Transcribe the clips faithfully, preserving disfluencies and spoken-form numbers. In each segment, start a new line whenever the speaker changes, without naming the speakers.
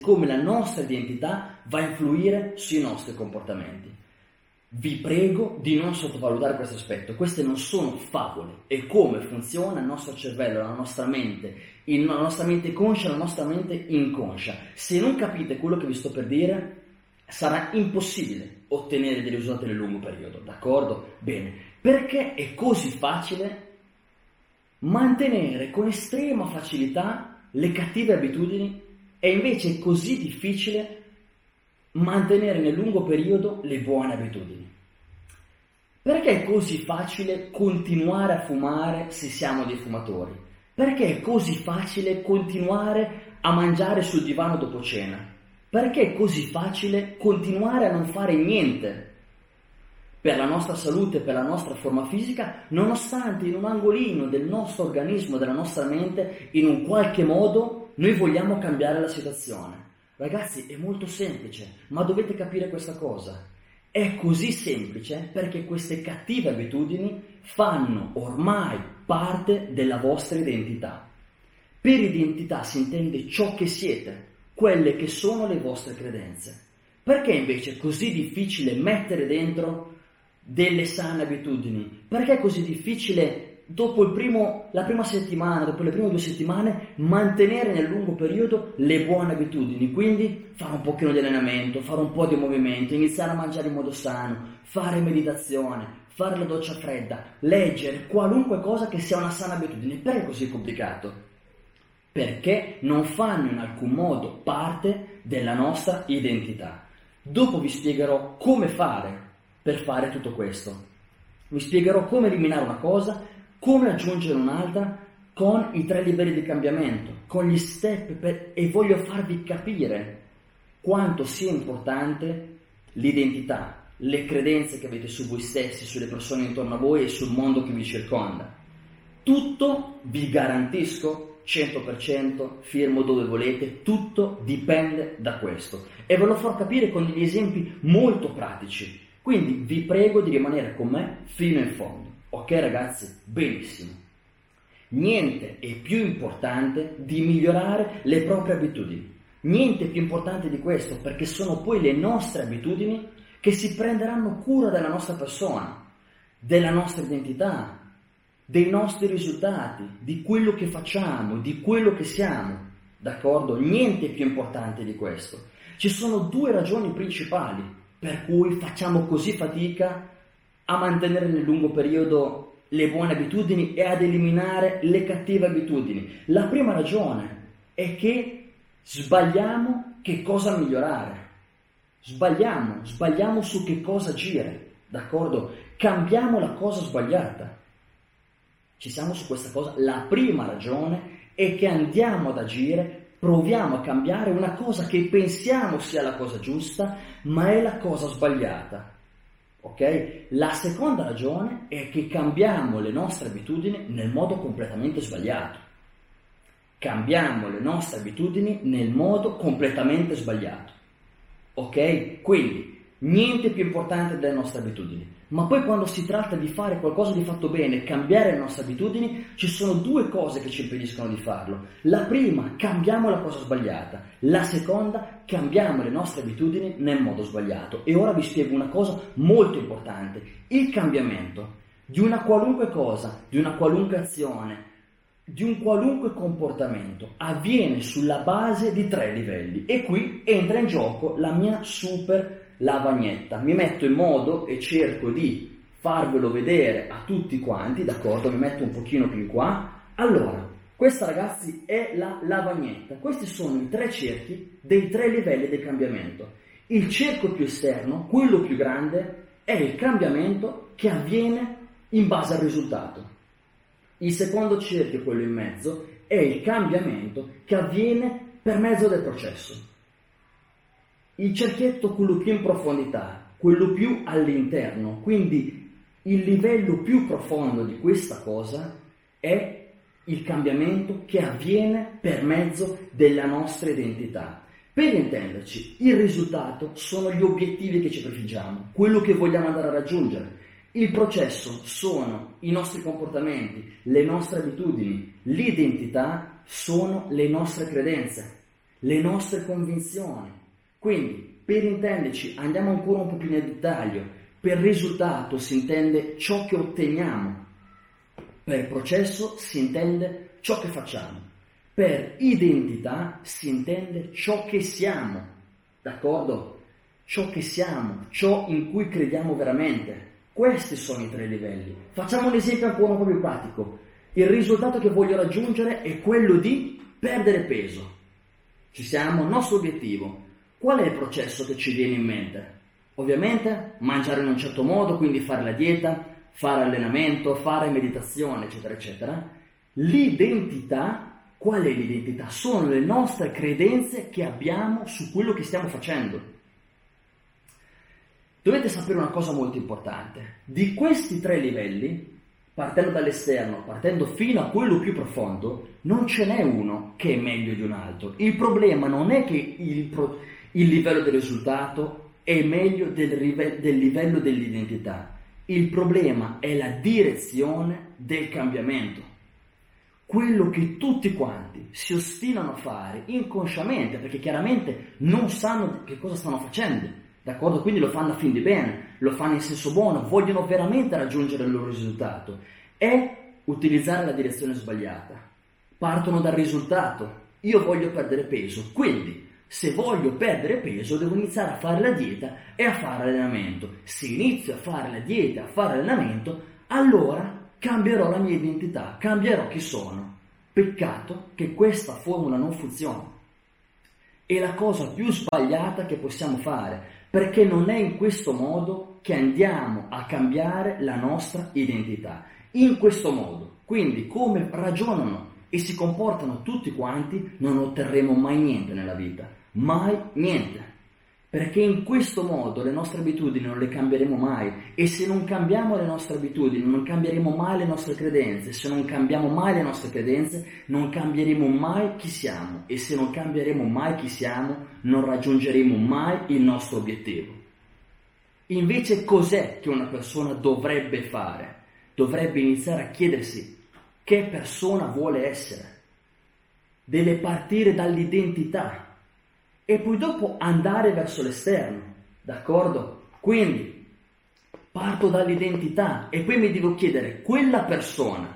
come la nostra identità va a influire sui nostri comportamenti. Vi prego di non sottovalutare questo aspetto. Queste non sono favole, è come funziona il nostro cervello, la nostra mente, il, la nostra mente conscia e la nostra mente inconscia. Se non capite quello che vi sto per dire, sarà impossibile ottenere dei risultati nel lungo periodo, d'accordo? Bene, perché è così facile mantenere con estrema facilità le cattive abitudini e invece è così difficile mantenere nel lungo periodo le buone abitudini? Perché è così facile continuare a fumare se siamo dei fumatori? Perché è così facile continuare a mangiare sul divano dopo cena? Perché è così facile continuare a non fare niente per la nostra salute, per la nostra forma fisica, nonostante in un angolino del nostro organismo, della nostra mente, in un qualche modo noi vogliamo cambiare la situazione? Ragazzi, è molto semplice, ma dovete capire questa cosa. È così semplice perché queste cattive abitudini fanno ormai parte della vostra identità. Per identità si intende ciò che siete, quelle che sono le vostre credenze. Perché invece è così difficile mettere dentro delle sane abitudini? Perché è così difficile dopo il primo, la prima settimana, dopo le prime due settimane, mantenere nel lungo periodo le buone abitudini? Quindi fare un pochino di allenamento, fare un po' di movimento, iniziare a mangiare in modo sano, fare meditazione, fare la doccia fredda, leggere, qualunque cosa che sia una sana abitudine. Perché è così complicato? Perché non fanno in alcun modo parte della nostra identità. Dopo vi spiegherò come fare per fare tutto questo. Vi spiegherò come eliminare una cosa, come aggiungere un'altra, con i tre livelli di cambiamento, con gli step, per, e voglio farvi capire quanto sia importante l'identità, le credenze che avete su voi stessi, sulle persone intorno a voi e sul mondo che vi circonda. Tutto, vi garantisco, cento per cento, firmo dove volete, tutto dipende da questo. E ve lo farò capire con degli esempi molto pratici. Quindi vi prego di rimanere con me fino in fondo. Ok ragazzi? Benissimo. Niente è più importante di migliorare le proprie abitudini. Niente più importante di questo, perché sono poi le nostre abitudini che si prenderanno cura della nostra persona, della nostra identità, dei nostri risultati, di quello che facciamo, di quello che siamo. D'accordo? Niente più importante di questo. Ci sono due ragioni principali per cui facciamo così fatica a mantenere nel lungo periodo le buone abitudini e ad eliminare le cattive abitudini. La prima ragione è che sbagliamo che cosa migliorare. Sbagliamo, sbagliamo su che cosa agire, d'accordo? Cambiamo la cosa sbagliata. Ci siamo su questa cosa. La prima ragione è che andiamo ad agire, proviamo a cambiare una cosa che pensiamo sia la cosa giusta, ma è la cosa sbagliata. Ok? La seconda ragione è che cambiamo le nostre abitudini nel modo completamente sbagliato. Cambiamo le nostre abitudini nel modo completamente sbagliato. Ok? Quindi niente più importante delle nostre abitudini. Ma poi quando si tratta di fare qualcosa di fatto bene, cambiare le nostre abitudini, ci sono due cose che ci impediscono di farlo. La prima, cambiamo la cosa sbagliata. La seconda, cambiamo le nostre abitudini nel modo sbagliato. E ora vi spiego una cosa molto importante. Il cambiamento di una qualunque cosa, di una qualunque azione, di un qualunque comportamento avviene sulla base di tre livelli. E qui entra in gioco la mia super lavagnetta. Mi metto in modo e cerco di farvelo vedere a tutti quanti, d'accordo? Mi metto un pochino più in qua. Allora, questa ragazzi è la lavagnetta. Questi sono i tre cerchi dei tre livelli del cambiamento. Il cerchio più esterno, quello più grande, è il cambiamento che avviene in base al risultato. Il secondo cerchio, quello in mezzo, è il cambiamento che avviene per mezzo del processo. Il cerchietto, quello più in profondità, quello più all'interno, quindi il livello più profondo di questa cosa è il cambiamento che avviene per mezzo della nostra identità. Per intenderci, il risultato sono gli obiettivi che ci prefiggiamo, quello che vogliamo andare a raggiungere. Il processo sono i nostri comportamenti, le nostre abitudini, l'identità sono le nostre credenze. le nostre convinzioni. Quindi, per intenderci, andiamo ancora un po' più nel dettaglio. Per risultato si intende ciò che otteniamo, per processo si intende ciò che facciamo, per identità si intende ciò che siamo, d'accordo? Ciò che siamo, ciò in cui crediamo veramente. Questi sono i tre livelli. Facciamo un esempio ancora un po' più pratico. Il risultato che voglio raggiungere è quello di perdere peso. Ci siamo, nostro obiettivo. Qual è il processo che ci viene in mente? Ovviamente mangiare in un certo modo, quindi fare la dieta, fare allenamento, fare meditazione, eccetera, eccetera. L'identità, qual è l'identità? Sono le nostre credenze che abbiamo su quello che stiamo facendo. Dovete sapere una cosa molto importante. Di questi tre livelli, partendo dall'esterno, partendo fino a quello più profondo, non ce n'è uno che è meglio di un altro. Il problema non è che il, pro, il livello del risultato è meglio del, del livello dell'identità. Il problema è la direzione del cambiamento. Quello che tutti quanti si ostinano a fare inconsciamente, perché chiaramente non sanno che cosa stanno facendo. D'accordo? Quindi lo fanno a fin di bene, lo fanno in senso buono, vogliono veramente raggiungere il loro risultato. È utilizzare la direzione sbagliata. Partono dal risultato. Io voglio perdere peso, quindi se voglio perdere peso devo iniziare a fare la dieta e a fare allenamento. Se inizio a fare la dieta e a fare allenamento, allora cambierò la mia identità, cambierò chi sono. Peccato che questa formula non funziona. È la cosa più sbagliata che possiamo fare, perché non è in questo modo che andiamo a cambiare la nostra identità. In questo modo, quindi come ragionano e si comportano tutti quanti, non otterremo mai niente nella vita, mai niente. Perché in questo modo le nostre abitudini non le cambieremo mai, e se non cambiamo le nostre abitudini non cambieremo mai le nostre credenze, se non cambiamo mai le nostre credenze non cambieremo mai chi siamo, e se non cambieremo mai chi siamo non raggiungeremo mai il nostro obiettivo. Invece cos'è che una persona dovrebbe fare? Dovrebbe iniziare a chiedersi che persona vuole essere. Deve partire dall'identità e poi dopo andare verso l'esterno, d'accordo? Quindi parto dall'identità e poi mi devo chiedere quella persona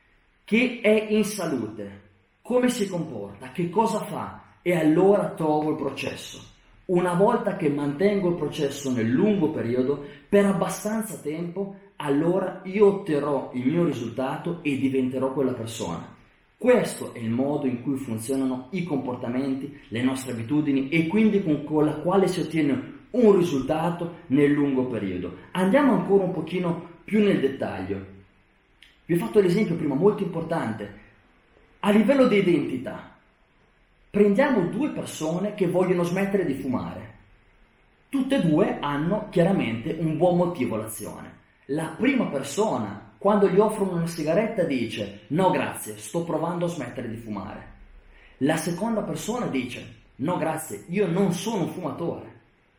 che è in salute, come si comporta, che cosa fa, e allora trovo il processo. Una volta che mantengo il processo nel lungo periodo, per abbastanza tempo, allora io otterrò il mio risultato e diventerò quella persona. Questo è il modo in cui funzionano i comportamenti, le nostre abitudini, e quindi con la quale si ottiene un risultato nel lungo periodo. Andiamo ancora un pochino più nel dettaglio. Vi ho fatto l'esempio prima molto importante. A livello di identità, prendiamo due persone che vogliono smettere di fumare. Tutte e due hanno chiaramente un buon motivo all'azione. La prima persona, quando gli offrono una sigaretta, dice: no grazie, sto provando a smettere di fumare. La seconda persona dice: no grazie, io non sono un fumatore.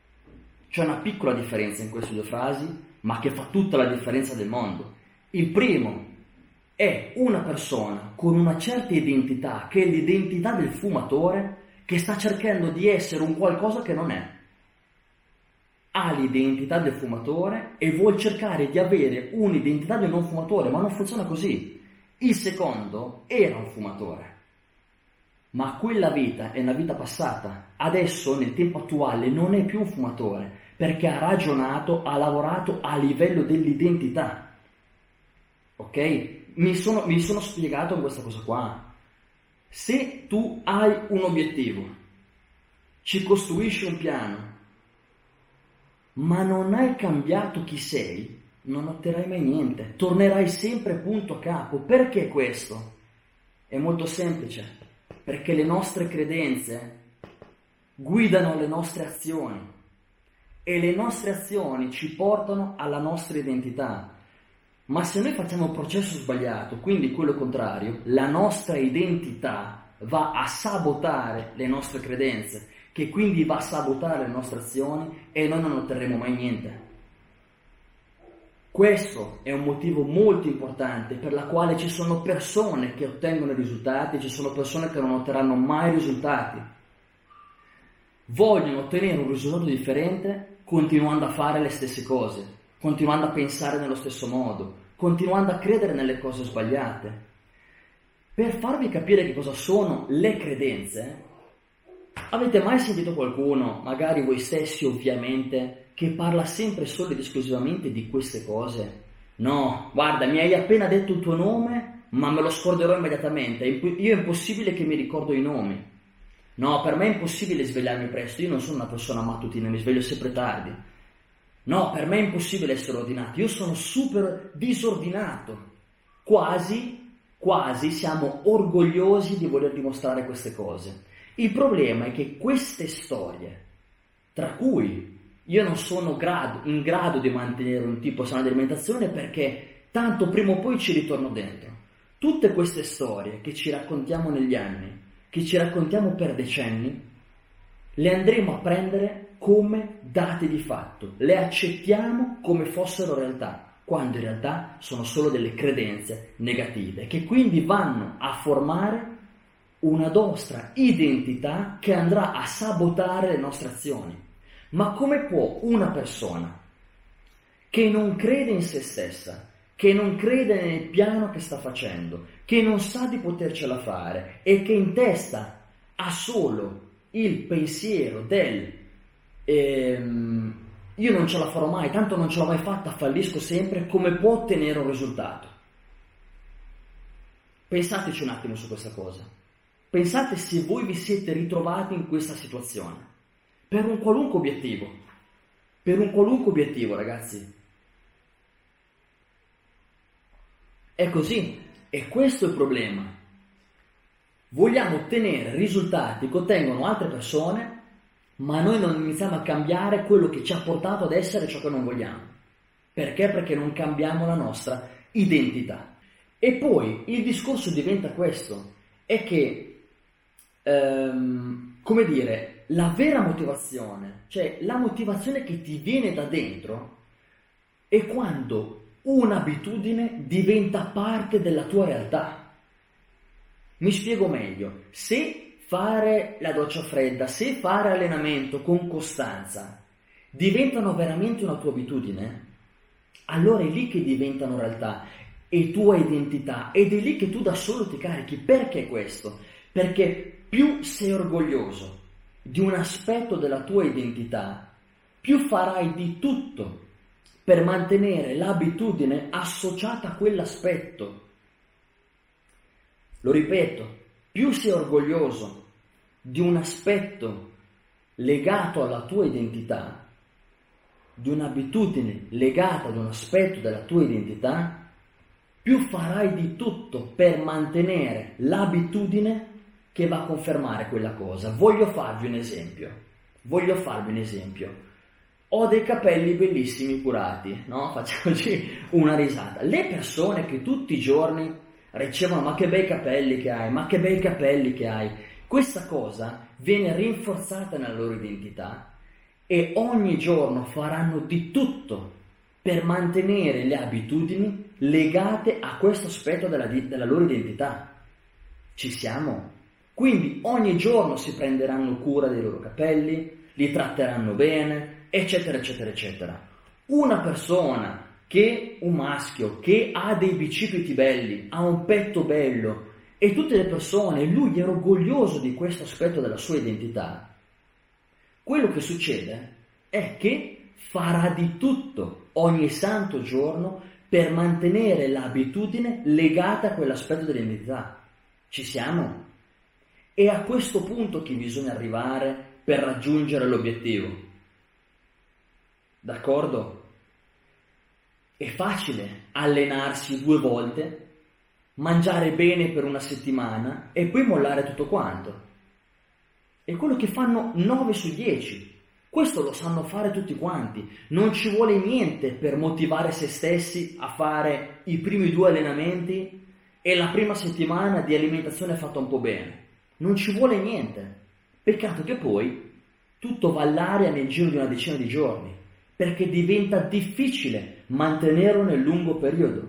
C'è una piccola differenza in queste due frasi, ma che fa tutta la differenza del mondo. Il primo è una persona con una certa identità, che è l'identità del fumatore, che sta cercando di essere un qualcosa che non è. Ha l'identità del fumatore e vuol cercare di avere un'identità del non fumatore, ma non funziona così. Il secondo era un fumatore, ma quella vita è una vita passata. Adesso, nel tempo attuale, non è più un fumatore, perché ha ragionato, ha lavorato a livello dell'identità. Ok? Mi sono, mi sono spiegato questa cosa qua. Se tu hai un obiettivo, ci costruisci un piano, ma non hai cambiato chi sei, non otterrai mai niente, tornerai sempre punto a capo. Perché questo? È molto semplice, perché le nostre credenze guidano le nostre azioni e le nostre azioni ci portano alla nostra identità. Ma se noi facciamo un processo sbagliato, quindi quello contrario, la nostra identità va a sabotare le nostre credenze, che quindi va a sabotare le nostre azioni, e noi non otterremo mai niente. Questo è un motivo molto importante per la quale ci sono persone che ottengono risultati, ci sono persone che non otterranno mai risultati. vogliono ottenere un risultato differente continuando a fare le stesse cose, continuando a pensare nello stesso modo, continuando a credere nelle cose sbagliate. Per farvi capire che cosa sono le credenze, avete mai sentito qualcuno, magari voi stessi ovviamente, che parla sempre solo ed esclusivamente di queste cose? No, guarda, mi hai appena detto il tuo nome, ma me lo scorderò immediatamente. Io è impossibile che mi ricordo i nomi. No, per me è impossibile svegliarmi presto. Io non sono una persona mattutina, mi sveglio sempre tardi. No, per me è impossibile essere ordinato. Io sono super disordinato. Quasi, quasi siamo orgogliosi di voler dimostrare queste cose. Il problema è che queste storie, tra cui io non sono grado, in grado di mantenere un tipo sano di alimentazione perché tanto prima o poi ci ritorno dentro. Tutte queste storie che ci raccontiamo negli anni, che ci raccontiamo per decenni, le andremo a prendere come dati di fatto, le accettiamo come fossero realtà, quando in realtà sono solo delle credenze negative, che quindi vanno a formare una nostra identità che andrà a sabotare le nostre azioni. Ma come può una persona che non crede in se stessa, che non crede nel piano che sta facendo, che non sa di potercela fare e che in testa ha solo il pensiero del ehm, io non ce la farò mai, tanto non ce l'ho mai fatta, fallisco sempre, come può ottenere un risultato? Pensateci un attimo su questa cosa. Pensate se voi vi siete ritrovati in questa situazione, per un qualunque obiettivo, per un qualunque obiettivo, ragazzi. È così, e questo è il problema. Vogliamo ottenere risultati che ottengono altre persone, ma noi non iniziamo a cambiare quello che ci ha portato ad essere ciò che non vogliamo. Perché? Perché non cambiamo la nostra identità. E poi il discorso diventa questo, è che Ehm, come dire, la vera motivazione, cioè la motivazione che ti viene da dentro, è quando un'abitudine diventa parte della tua realtà. Mi spiego meglio. Se fare la doccia fredda, se fare allenamento con costanza diventano veramente una tua abitudine, allora è lì che diventano realtà e tua identità, ed è lì che tu da solo ti carichi. Perché questo? Perché più sei orgoglioso di un aspetto della tua identità, più farai di tutto per mantenere l'abitudine associata a quell'aspetto. Lo ripeto, più sei orgoglioso di un aspetto legato alla tua identità, di un'abitudine legata ad un aspetto della tua identità, più farai di tutto per mantenere l'abitudine che va a confermare quella cosa. Voglio farvi un esempio. Voglio farvi un esempio. Ho dei capelli bellissimi curati, no? Facciamoci una risata. Le persone che tutti i giorni ricevono ma che bei capelli che hai, ma che bei capelli che hai, questa cosa viene rinforzata nella loro identità e ogni giorno faranno di tutto per mantenere le abitudini legate a questo aspetto della, della loro identità. Ci siamo? Quindi ogni giorno si prenderanno cura dei loro capelli, li tratteranno bene, eccetera, eccetera, eccetera. Una persona che, un maschio, che ha dei bicipiti belli, ha un petto bello, e tutte le persone, lui è orgoglioso di questo aspetto della sua identità, quello che succede è che farà di tutto ogni santo giorno per mantenere l'abitudine legata a quell'aspetto dell'identità. Ci siamo? È a questo punto che bisogna arrivare per raggiungere l'obiettivo. D'accordo? È facile allenarsi due volte, mangiare bene per una settimana e poi mollare tutto quanto. È quello che fanno nove su dieci. Questo lo sanno fare tutti quanti. Non ci vuole niente per motivare se stessi a fare i primi due allenamenti e la prima settimana di alimentazione fatta un po' bene. Non ci vuole niente. Peccato che poi tutto va all'aria nel giro di una decina di giorni, perché diventa difficile mantenerlo nel lungo periodo.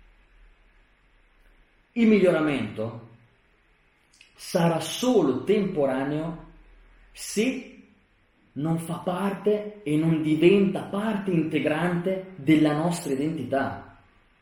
Il miglioramento sarà solo temporaneo se non fa parte e non diventa parte integrante della nostra identità.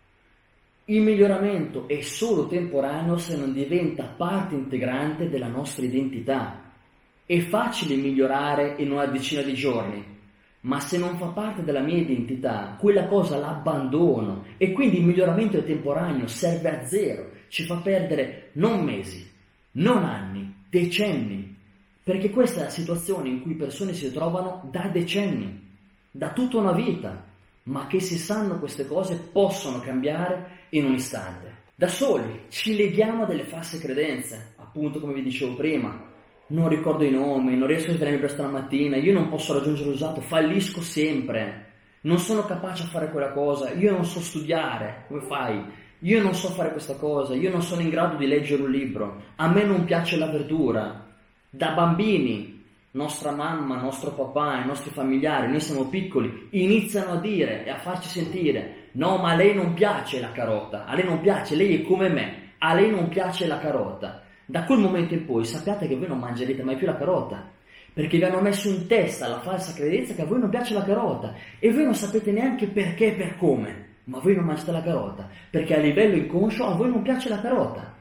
Il miglioramento è solo temporaneo se non diventa parte integrante della nostra identità. È facile migliorare in una decina di giorni, ma se non fa parte della mia identità, quella cosa l'abbandono e quindi il miglioramento è temporaneo, serve a zero, ci fa perdere non mesi, non anni, decenni, perché questa è la situazione in cui persone si trovano da decenni, da tutta una vita, ma che se sanno queste cose possono cambiare in un istante. Da soli ci leghiamo a delle false credenze, appunto come vi dicevo prima. Non ricordo i nomi, non riesco a svegliarmi presto la mattina, io non posso raggiungere il risultato, fallisco sempre, non sono capace a fare quella cosa, io non so studiare, come fai? Io non so fare questa cosa, io non sono in grado di leggere un libro, a me non piace la verdura. Da bambini, nostra mamma, nostro papà, i nostri familiari, noi siamo piccoli, iniziano a dire e a farci sentire: no, ma a lei non piace la carota, a lei non piace, lei è come me, a lei non piace la carota. Da quel momento in poi sappiate che voi non mangerete mai più la carota, perché vi hanno messo in testa la falsa credenza che a voi non piace la carota e voi non sapete neanche perché e per come, ma voi non mangiate la carota, perché a livello inconscio a voi non piace la carota.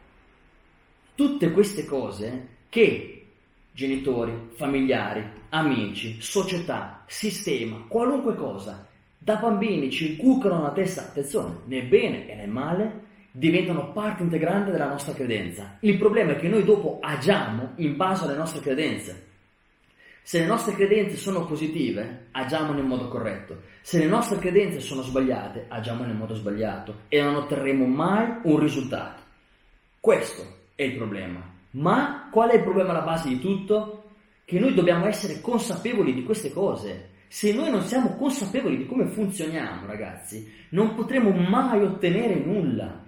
Tutte queste cose che genitori, familiari, amici, società, sistema, qualunque cosa, da bambini ci inculcano nella testa, attenzione, nel bene e nel male, diventano parte integrante della nostra credenza. Il problema è che noi dopo agiamo in base alle nostre credenze. Se le nostre credenze sono positive, agiamo nel modo corretto. Se le nostre credenze sono sbagliate, agiamo nel modo sbagliato e non otterremo mai un risultato. Questo è il problema. Ma qual è il problema alla base di tutto? Che noi dobbiamo essere consapevoli di queste cose. Se noi non siamo consapevoli di come funzioniamo, ragazzi, non potremo mai ottenere nulla.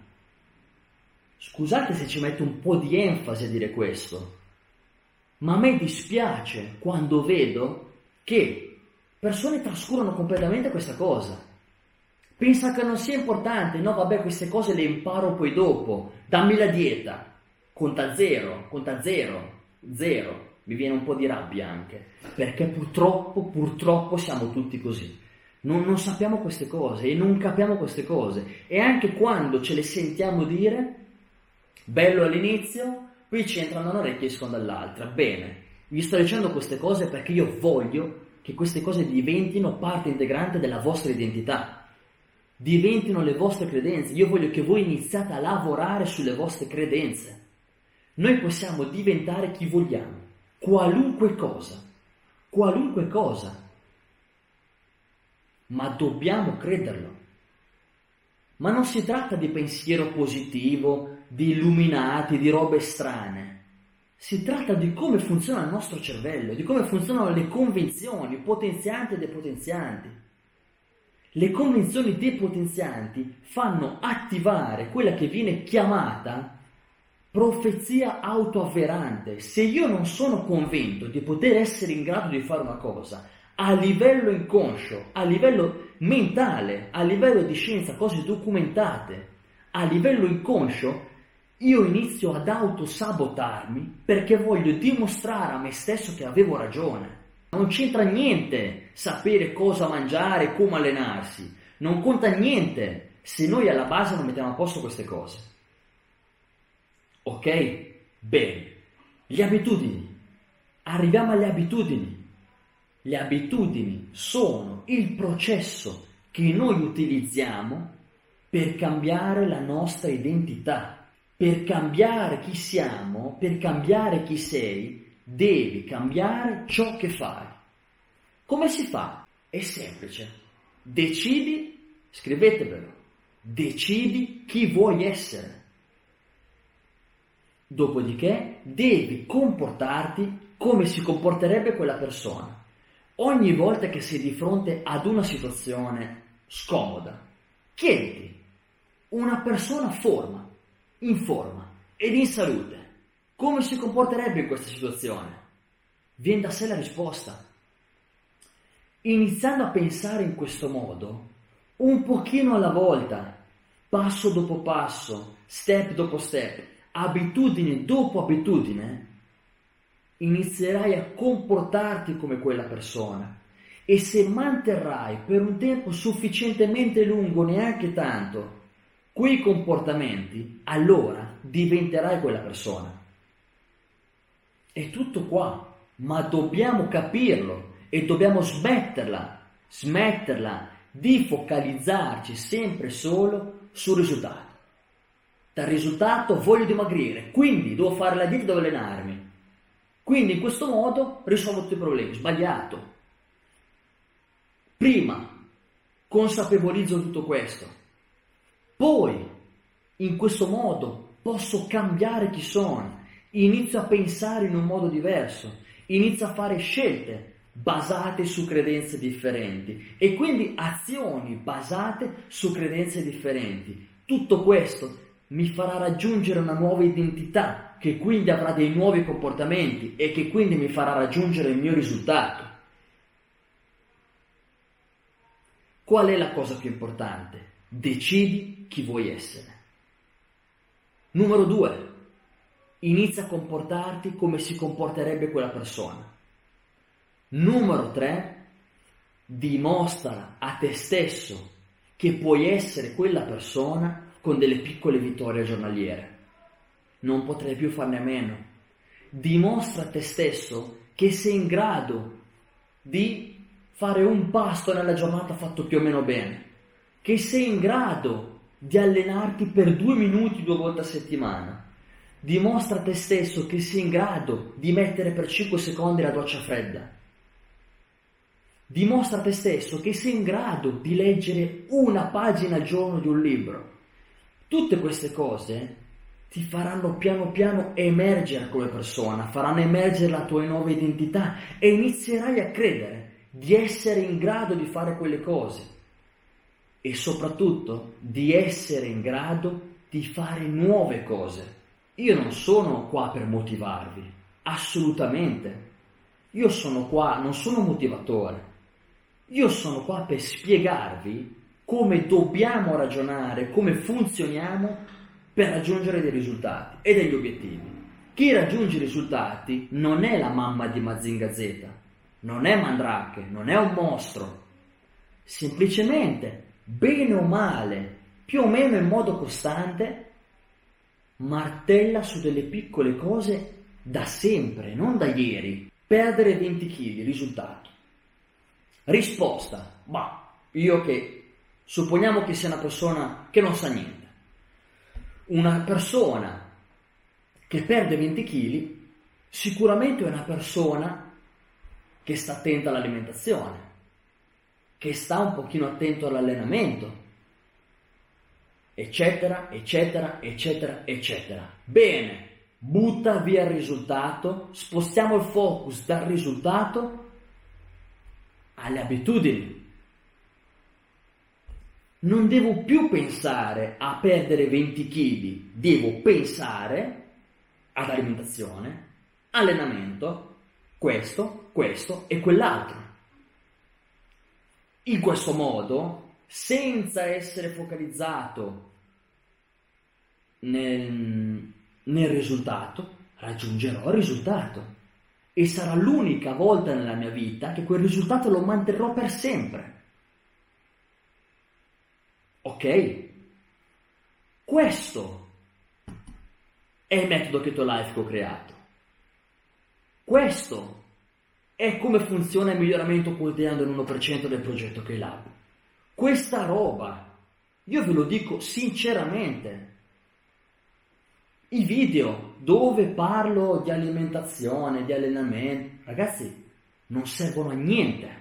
Scusate se ci metto un po' di enfasi a dire questo, ma a me dispiace quando vedo che persone trascurano completamente questa cosa. Pensa che non sia importante, no vabbè queste cose le imparo poi dopo, dammi la dieta, conta zero, conta zero, zero, mi viene un po' di rabbia anche, perché purtroppo, purtroppo siamo tutti così. Non, non sappiamo queste cose e non capiamo queste cose e anche quando ce le sentiamo dire, bello all'inizio, poi ci entrano da una orecchia e escono dall'altra. Bene, vi sto dicendo queste cose perché io voglio che queste cose diventino parte integrante della vostra identità, diventino le vostre credenze. Io voglio che voi iniziate a lavorare sulle vostre credenze. Noi possiamo diventare chi vogliamo, qualunque cosa, qualunque cosa, ma dobbiamo crederlo. Ma non si tratta di pensiero positivo, di illuminati, di robe strane. Si tratta di come funziona il nostro cervello, di come funzionano le convinzioni potenzianti e depotenzianti. Le convinzioni depotenzianti fanno attivare quella che viene chiamata profezia autoavverante. Se io non sono convinto di poter essere in grado di fare una cosa a livello inconscio, a livello mentale, a livello di scienza, cose documentate, a livello inconscio, io inizio ad autosabotarmi perché voglio dimostrare a me stesso che avevo ragione. Non c'entra niente sapere cosa mangiare, come allenarsi, non conta niente se noi alla base non mettiamo a posto queste cose. Ok? Bene. Le abitudini. Arriviamo alle abitudini. Le abitudini sono il processo che noi utilizziamo per cambiare la nostra identità, per cambiare chi siamo, per cambiare chi sei, devi cambiare ciò che fai. Come si fa? È semplice. Decidi, scrivetevelo, decidi chi vuoi essere. Dopodiché devi comportarti come si comporterebbe quella persona. Ogni volta che sei di fronte ad una situazione scomoda, chiediti, una persona forma, in forma ed in salute, come si comporterebbe in questa situazione? Viene da sé la risposta. Iniziando a pensare in questo modo, un pochino alla volta, passo dopo passo, step dopo step, abitudine dopo abitudine, inizierai a comportarti come quella persona. E se manterrai per un tempo sufficientemente lungo, neanche tanto, quei comportamenti, allora diventerai quella persona. È tutto qua, ma dobbiamo capirlo e dobbiamo smetterla, smetterla di focalizzarci sempre solo sul risultato. Dal risultato voglio dimagrire, quindi devo fare la dieta, devo allenarmi. Quindi in questo modo risolvo tutti i problemi. Sbagliato. Prima consapevolizzo tutto questo, poi in questo modo posso cambiare chi sono, inizio a pensare in un modo diverso, inizio a fare scelte basate su credenze differenti e quindi azioni basate su credenze differenti. Tutto questo mi farà raggiungere una nuova identità che quindi avrà dei nuovi comportamenti e che quindi mi farà raggiungere il mio risultato. Qual è la cosa più importante? Decidi chi vuoi essere. Numero due, inizia a comportarti come si comporterebbe quella persona. Numero tre, dimostra a te stesso che puoi essere quella persona con delle piccole vittorie giornaliere. Non potrai più farne a meno. Dimostra a te stesso che sei in grado di fare un pasto nella giornata fatto più o meno bene, che sei in grado di allenarti per due minuti due volte a settimana. Dimostra a te stesso che sei in grado di mettere per cinque secondi la doccia fredda. Dimostra a te stesso che sei in grado di leggere una pagina al giorno di un libro. Tutte queste cose ti faranno piano piano emergere come persona, faranno emergere la tua nuova identità e inizierai a credere di essere in grado di fare quelle cose e soprattutto di essere in grado di fare nuove cose. Io non sono qua per motivarvi, assolutamente. Io sono qua, non sono un motivatore. Io sono qua per spiegarvi come dobbiamo ragionare, come funzioniamo per raggiungere dei risultati e degli obiettivi. Chi raggiunge i risultati non è la mamma di Mazinga Z, non è Mandrake, non è un mostro. Semplicemente, bene o male, più o meno in modo costante, martella su delle piccole cose da sempre, non da ieri. Perdere venti chili, risultato. Risposta, ma io che supponiamo che sia una persona che non sa niente. Una persona che perde venti chili sicuramente è una persona che sta attenta all'alimentazione, che sta un pochino attento all'allenamento, eccetera, eccetera, eccetera, eccetera. Bene, butta via il risultato, spostiamo il focus dal risultato alle abitudini. Non devo più pensare a perdere venti chili, devo pensare ad alimentazione, allenamento, questo, questo e quell'altro. In questo modo, senza essere focalizzato nel, nel risultato, raggiungerò il risultato e sarà l'unica volta nella mia vita che quel risultato lo manterrò per sempre. Ok? Questo è il metodo Keto Life che ho creato. Questo è come funziona il miglioramento quotidiano dell'uno per cento del progetto K-Lab. Questa roba, io ve lo dico sinceramente, i video dove parlo di alimentazione, di allenamento, ragazzi, non servono a niente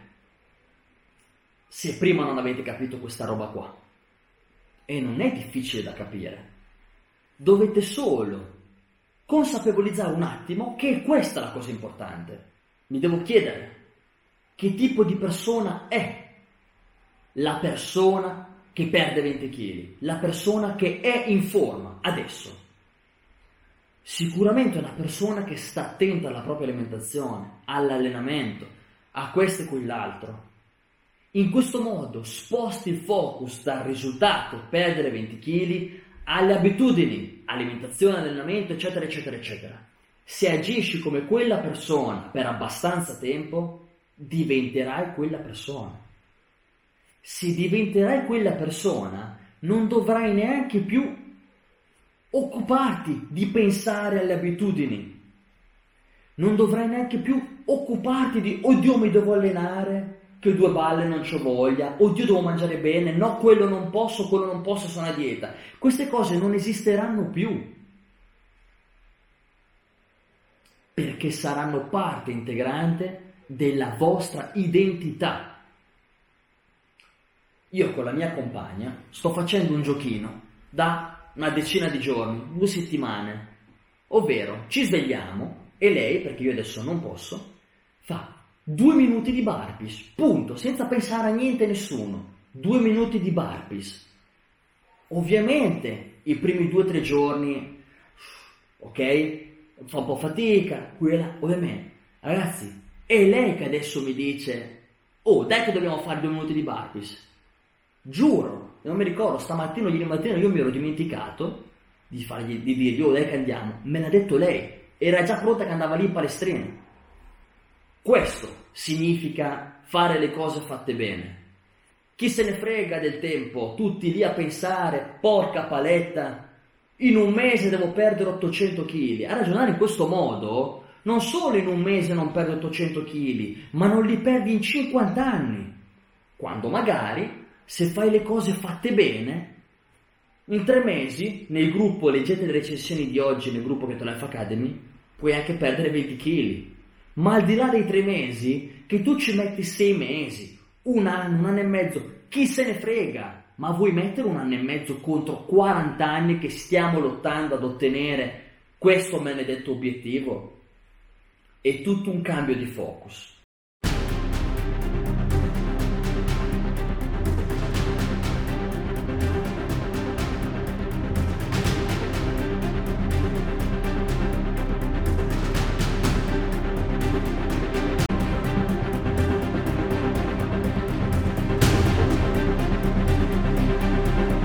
se prima non avete capito questa roba qua. E non è difficile da capire. Dovete solo consapevolizzare un attimo che questa è la cosa importante. Mi devo chiedere che tipo di persona è la persona che perde venti chili, la persona che è in forma adesso. Sicuramente è una persona che sta attenta alla propria alimentazione, all'allenamento, a questo e quell'altro. In questo modo sposti il focus dal risultato, perdere venti chili, alle abitudini, alimentazione, allenamento, eccetera, eccetera, eccetera. Se agisci come quella persona per abbastanza tempo, diventerai quella persona. Se diventerai quella persona, non dovrai neanche più occuparti di pensare alle abitudini. Non dovrai neanche più occuparti di oddio mi devo allenare, che due balle non c'ho voglia, oddio devo mangiare bene, no quello non posso, quello non posso, sono a dieta. Queste cose non esisteranno più, perché saranno parte integrante della vostra identità. Io con la mia compagna sto facendo un giochino da una decina di giorni, due settimane, ovvero ci svegliamo e lei, perché io adesso non posso, fa due minuti di burpees, punto, senza pensare a niente e nessuno, due minuti di burpees. Ovviamente i primi due o tre giorni, ok, fa un po' fatica, quella, ovviamente, ragazzi, è lei che adesso mi dice, oh dai che dobbiamo fare due minuti di burpees. Giuro, non mi ricordo, stamattina o ieri mattina io mi ero dimenticato di, fargli, di dirgli, oh dai che andiamo, me l'ha detto lei, era già pronta che andava lì in palestrina. Questo significa fare le cose fatte bene. Chi se ne frega del tempo, tutti lì a pensare, porca paletta, in un mese devo perdere ottocento chili. A ragionare in questo modo, non solo in un mese non perdi ottocento chili, ma non li perdi in cinquanta anni. Quando magari, se fai le cose fatte bene, in tre mesi, nel gruppo, leggete le recensioni di oggi nel gruppo Keto Life Academy, puoi anche perdere venti chili. Ma al di là dei tre mesi, che tu ci metti sei mesi, un anno, un anno e mezzo, chi se ne frega? Ma vuoi mettere un anno e mezzo contro quaranta anni che stiamo lottando ad ottenere questo maledetto obiettivo? È tutto un cambio di focus.